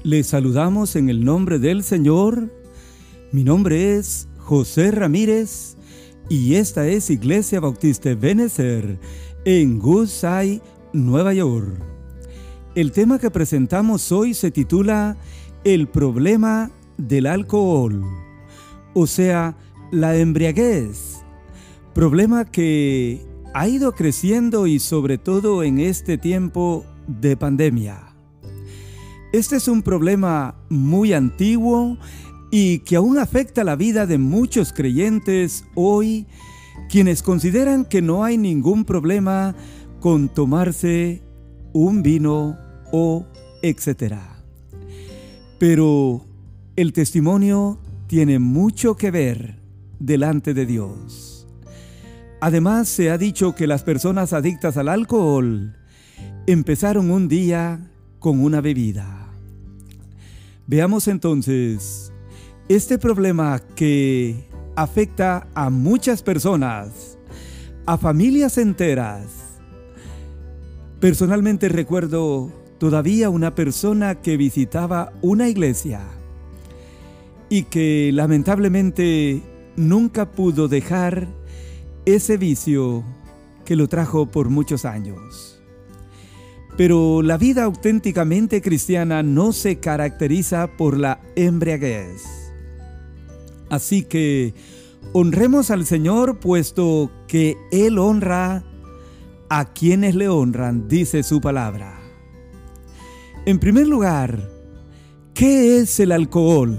Les saludamos en el nombre del Señor. Mi nombre es José Ramírez y esta es Iglesia Bautista Ebenezer en Woodside, Nueva York. El tema que presentamos hoy se titula El problema del alcohol, o sea, la embriaguez, problema que ha ido creciendo y sobre todo en este tiempo de pandemia. Este es un problema muy antiguo y que aún afecta la vida de muchos creyentes hoy, quienes consideran que no hay ningún problema con tomarse un vino o etcétera. Pero el testimonio tiene mucho que ver delante de Dios. Además, se ha dicho que las personas adictas al alcohol empezaron un día con una bebida. Veamos entonces este problema que afecta a muchas personas, a familias enteras. Personalmente recuerdo todavía una persona que visitaba una iglesia y que lamentablemente nunca pudo dejar ese vicio que lo trajo por muchos años. Pero la vida auténticamente cristiana no se caracteriza por la embriaguez. Así que honremos al Señor, puesto que Él honra a quienes le honran, dice su palabra. En primer lugar, ¿qué es el alcohol?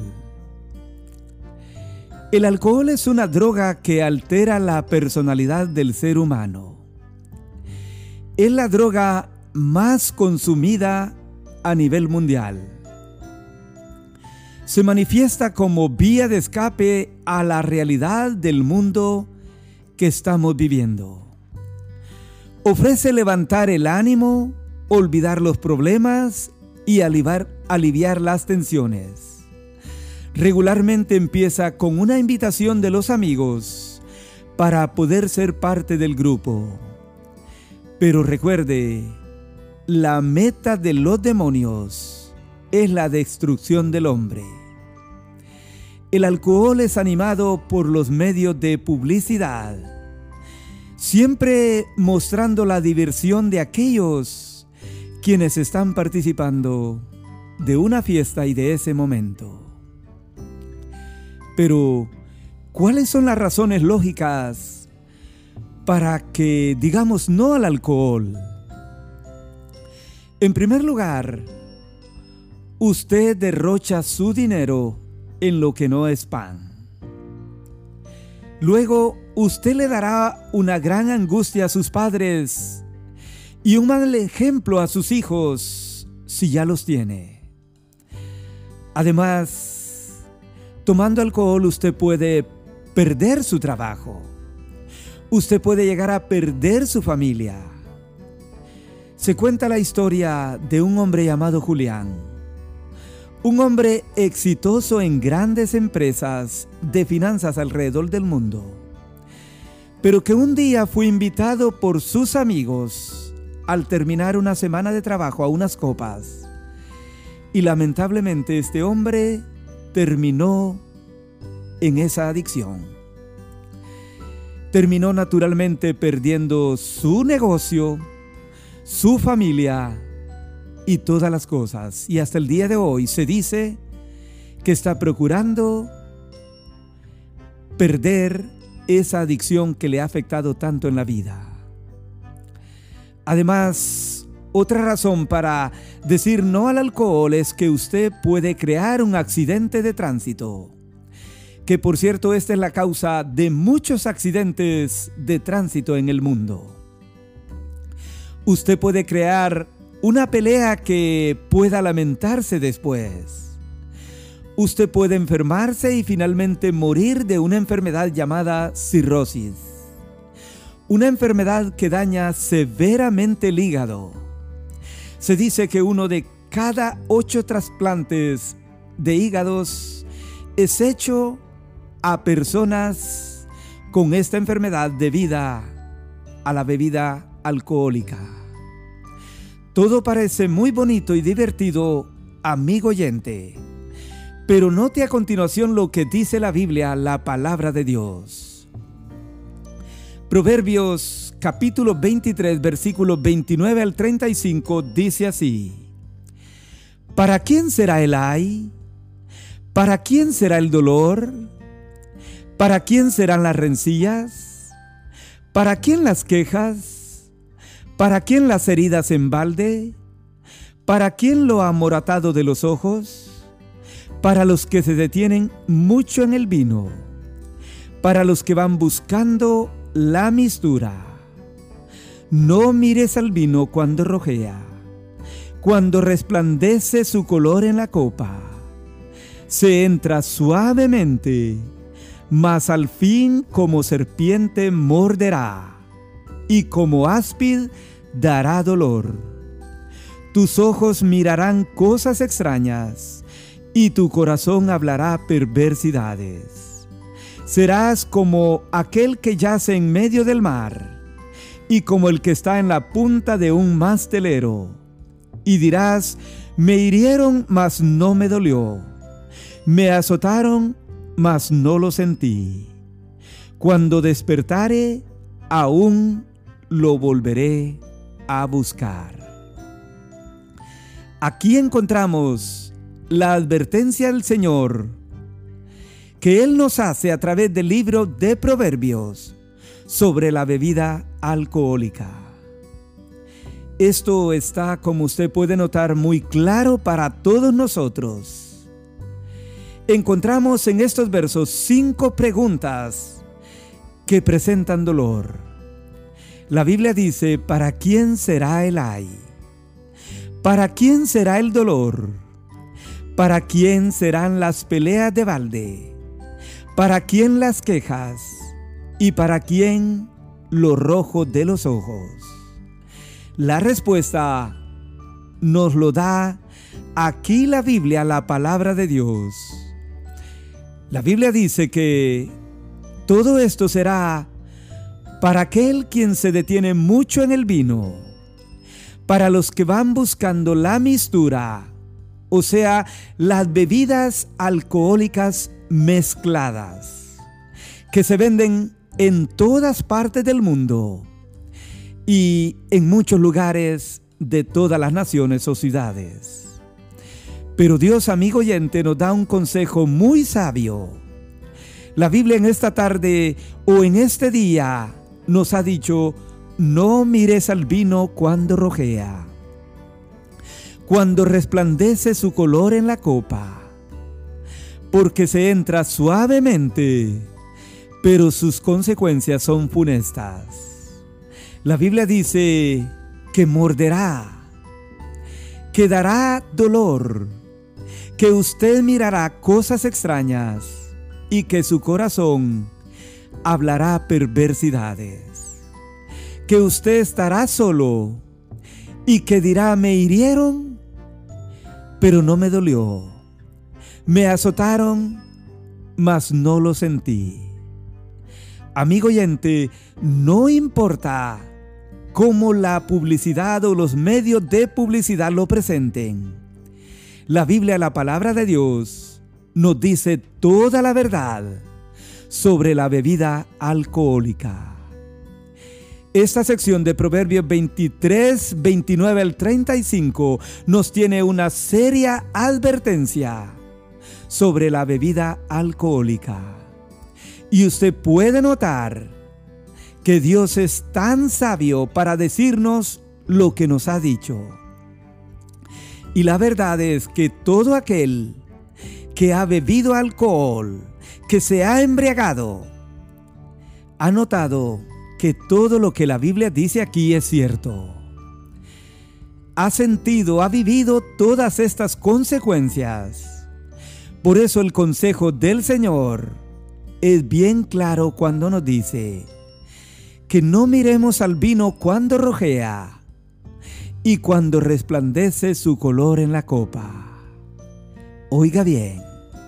El alcohol es una droga que altera la personalidad del ser humano. Es la droga más consumida a nivel mundial. Se manifiesta como vía de escape a la realidad del mundo que estamos viviendo. Ofrece levantar el ánimo, olvidar los problemas y aliviar las tensiones. Regularmente empieza con una invitación de los amigos para poder ser parte del grupo. Pero recuerde, la meta de los demonios es la destrucción del hombre. El alcohol es animado por los medios de publicidad, siempre mostrando la diversión de aquellos quienes están participando de una fiesta y de ese momento. Pero, ¿cuáles son las razones lógicas para que digamos no al alcohol? En primer lugar, usted derrocha su dinero en lo que no es pan. Luego, usted le dará una gran angustia a sus padres y un mal ejemplo a sus hijos, si ya los tiene. Además, tomando alcohol usted puede perder su trabajo. Usted puede llegar a perder su familia. Se cuenta la historia de un hombre llamado Julián, un hombre exitoso en grandes empresas de finanzas alrededor del mundo, pero que un día fue invitado por sus amigos al terminar una semana de trabajo a unas copas. Y lamentablemente este hombre terminó en esa adicción. Terminó naturalmente perdiendo su negocio, su familia y todas las cosas. Y hasta el día de hoy se dice que está procurando perder esa adicción que le ha afectado tanto en la vida. Además, otra razón para decir no al alcohol es que usted puede crear un accidente de tránsito. Que por cierto, esta es la causa de muchos accidentes de tránsito en el mundo. Usted puede crear una pelea que pueda lamentarse después. Usted puede enfermarse y finalmente morir de una enfermedad llamada cirrosis. Una enfermedad que daña severamente el hígado. Se dice que 1 de cada 8 trasplantes de hígados es hecho a personas con esta enfermedad debido a la bebida alcohólica. Todo parece muy bonito y divertido amigo oyente. Pero note a continuación lo que dice la Biblia, la palabra de Dios. Proverbios capítulo 23, versículos 29 al 35 dice así: ¿Para quién será el ay? ¿Para quién será el dolor? ¿Para quién serán las rencillas? ¿Para quién las quejas? ¿Para quién las heridas en balde? ¿Para quién lo amoratado de los ojos? Para los que se detienen mucho en el vino, para los que van buscando la mistura. No mires al vino cuando rojea, cuando resplandece su color en la copa. Se entra suavemente, mas al fin como serpiente morderá, y como áspid dará dolor. Tus ojos mirarán cosas extrañas, y tu corazón hablará perversidades. Serás como aquel que yace en medio del mar, y como el que está en la punta de un mastelero. Y dirás: me hirieron, mas no me dolió. Me azotaron, mas no lo sentí. Cuando despertare, aún lo volveré a buscar. Aquí encontramos la advertencia del Señor que Él nos hace a través del libro de Proverbios sobre la bebida alcohólica. Esto está, como usted puede notar, muy claro para todos nosotros. Encontramos en estos versos 5 preguntas que presentan dolor. La Biblia dice: ¿para quién será el ay? ¿Para quién será el dolor? ¿Para quién serán las peleas de balde? ¿Para quién las quejas? ¿Y para quién lo rojo de los ojos? La respuesta nos lo da aquí la Biblia, la palabra de Dios. La Biblia dice que todo esto será para aquel quien se detiene mucho en el vino, para los que van buscando la mistura, o sea, las bebidas alcohólicas mezcladas, que se venden en todas partes del mundo y en muchos lugares de todas las naciones o ciudades. Pero Dios, amigo oyente, nos da un consejo muy sabio. La Biblia en esta tarde o en este día nos ha dicho: no mires al vino cuando rojea, cuando resplandece su color en la copa, porque se entra suavemente, pero sus consecuencias son funestas. La Biblia dice que morderá, que dará dolor, que usted mirará cosas extrañas y que su corazón hablará perversidades, que usted estará solo y que dirá: me hirieron, pero no me dolió. Me azotaron, mas no lo sentí. Amigo oyente, no importa cómo la publicidad o los medios de publicidad lo presenten. La Biblia, la palabra de Dios, nos dice toda la verdad sobre la bebida alcohólica. Esta sección de Proverbios 23, 29 al 35 nos tiene una seria advertencia sobre la bebida alcohólica. Y usted puede notar que Dios es tan sabio para decirnos lo que nos ha dicho. Y la verdad es que todo aquel que ha bebido alcohol, que se ha embriagado, ha notado que todo lo que la Biblia dice aquí es cierto. Ha sentido, ha vivido todas estas consecuencias. Por eso el consejo del Señor es bien claro cuando nos dice que no miremos al vino cuando rojea y cuando resplandece su color en la copa. Oiga bien,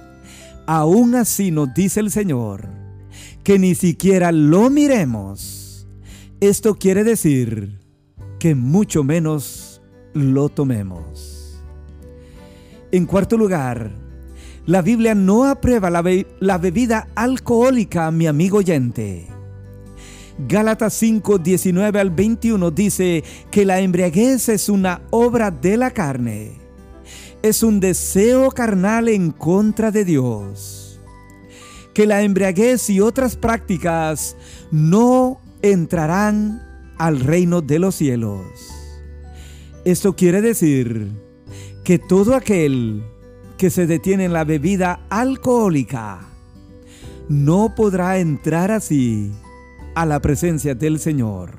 aún así nos dice el Señor que ni siquiera lo miremos. Esto quiere decir que mucho menos lo tomemos. En cuarto lugar, la Biblia no aprueba la bebida alcohólica, mi amigo oyente. Gálatas 5, 19 al 21 dice que la embriaguez es una obra de la carne. Es un deseo carnal en contra de Dios. Que la embriaguez y otras prácticas no entrarán al reino de los cielos. Esto quiere decir que todo aquel que se detiene en la bebida alcohólica no podrá entrar así a la presencia del Señor.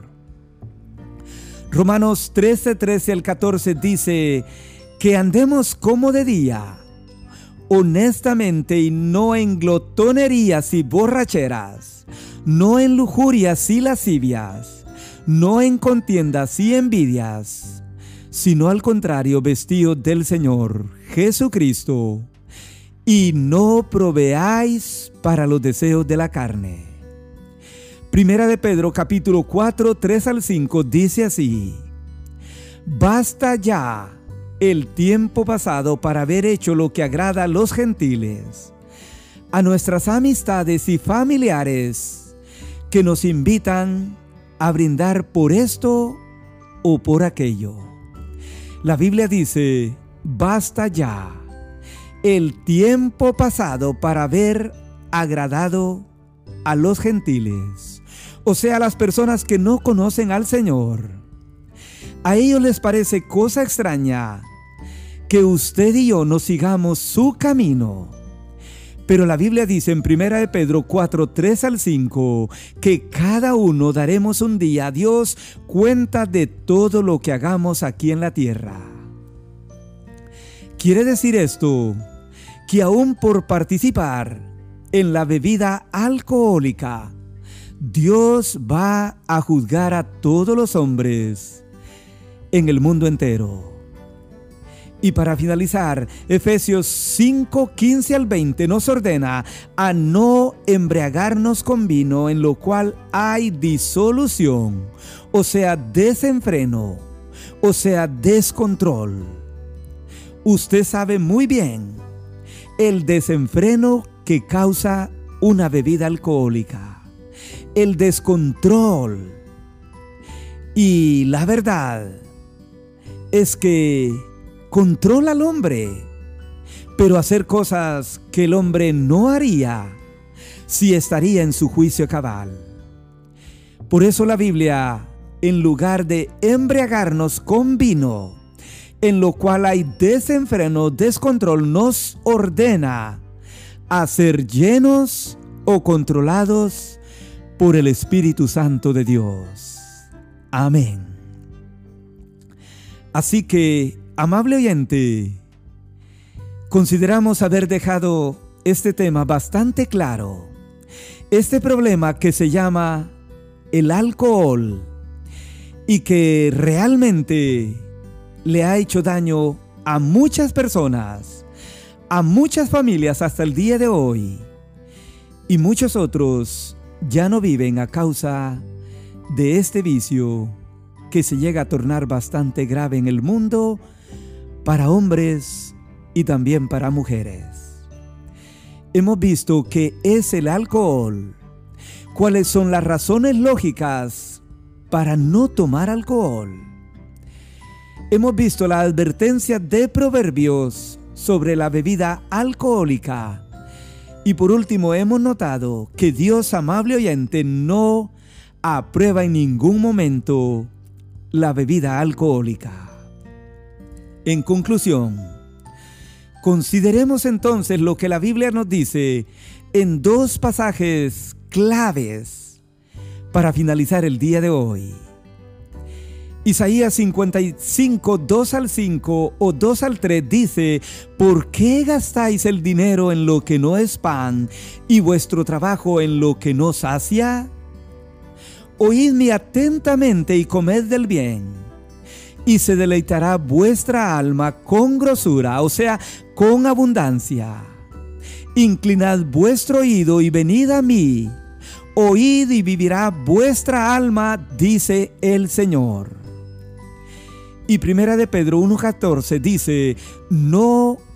Romanos 13, 13 al 14 dice que andemos como de día, honestamente, y no en glotonerías y borracheras, no en lujurias y lascivias, no en contiendas y envidias, sino al contrario, vestidos del Señor Jesucristo, y no proveáis para los deseos de la carne. Primera de Pedro capítulo 4, 3 al 5 dice así: basta ya el tiempo pasado para haber hecho lo que agrada a los gentiles, a nuestras amistades y familiares que nos invitan a brindar por esto o por aquello. La Biblia dice: basta ya el tiempo pasado para haber agradado a los gentiles, o sea, a las personas que no conocen al Señor. A ellos les parece cosa extraña que usted y yo no sigamos su camino. Pero la Biblia dice en 1 de Pedro 4, 3 al 5, que cada uno daremos un día a Dios cuenta de todo lo que hagamos aquí en la tierra. Quiere decir esto, que aún por participar en la bebida alcohólica, Dios va a juzgar a todos los hombres en el mundo entero. Y para finalizar, Efesios 5, 15 al 20 nos ordena a no embriagarnos con vino, en lo cual hay disolución, o sea, desenfreno, o sea, descontrol. Usted sabe muy bien el desenfreno que causa una bebida alcohólica, el descontrol. Y la verdad es que controla al hombre, pero hacer cosas que el hombre no haría si estaría en su juicio cabal. Por eso la Biblia, en lugar de embriagarnos con vino, en lo cual hay desenfreno, descontrol, nos ordena a ser llenos o controlados por el Espíritu Santo de Dios. Amén. Así que, amable oyente, consideramos haber dejado este tema bastante claro. Este problema que se llama el alcohol y que realmente le ha hecho daño a muchas personas, a muchas familias hasta el día de hoy, y muchos otros ya no viven a causa de este vicio que se llega a tornar bastante grave en el mundo para hombres y también para mujeres. Hemos visto qué es el alcohol, cuáles son las razones lógicas para no tomar alcohol. Hemos visto la advertencia de Proverbios sobre la bebida alcohólica. Y por último hemos notado que Dios, amable oyente, no aprueba en ningún momento la bebida alcohólica. En conclusión, consideremos entonces lo que la Biblia nos dice en dos pasajes claves para finalizar el día de hoy. Isaías 55, 2 al 5 o 2 al 3 dice: ¿por qué gastáis el dinero en lo que no es pan y vuestro trabajo en lo que no sacia? Oídme atentamente y comed del bien, y se deleitará vuestra alma con grosura, o sea, con abundancia. Inclinad vuestro oído y venid a mí. Oíd y vivirá vuestra alma, dice el Señor. Y Primera de Pedro 1:14 dice: no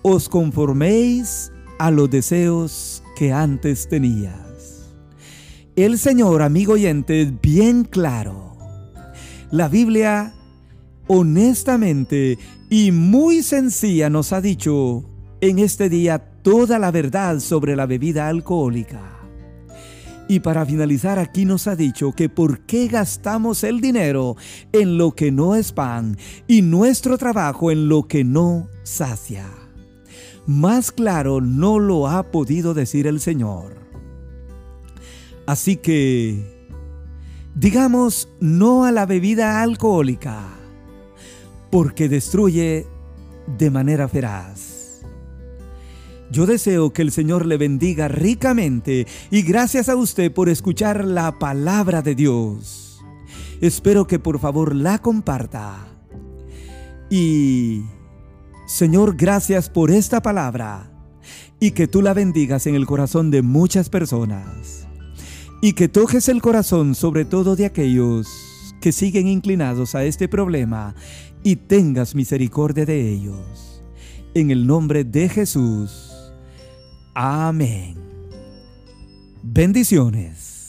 os conforméis a los deseos que antes tenías. El Señor, amigo oyente, es bien claro. La Biblia, honestamente y muy sencilla, nos ha dicho en este día toda la verdad sobre la bebida alcohólica. Y para finalizar, aquí nos ha dicho que por qué gastamos el dinero en lo que no es pan y nuestro trabajo en lo que no sacia. Más claro no lo ha podido decir el Señor. Así que, digamos no a la bebida alcohólica, porque destruye de manera feraz. Yo deseo que el Señor le bendiga ricamente y gracias a usted por escuchar la palabra de Dios. Espero que por favor la comparta. Y Señor, gracias por esta palabra y que tú la bendigas en el corazón de muchas personas y que toques el corazón sobre todo de aquellos que siguen inclinados a este problema y tengas misericordia de ellos. En el nombre de Jesús. Amén. Bendiciones.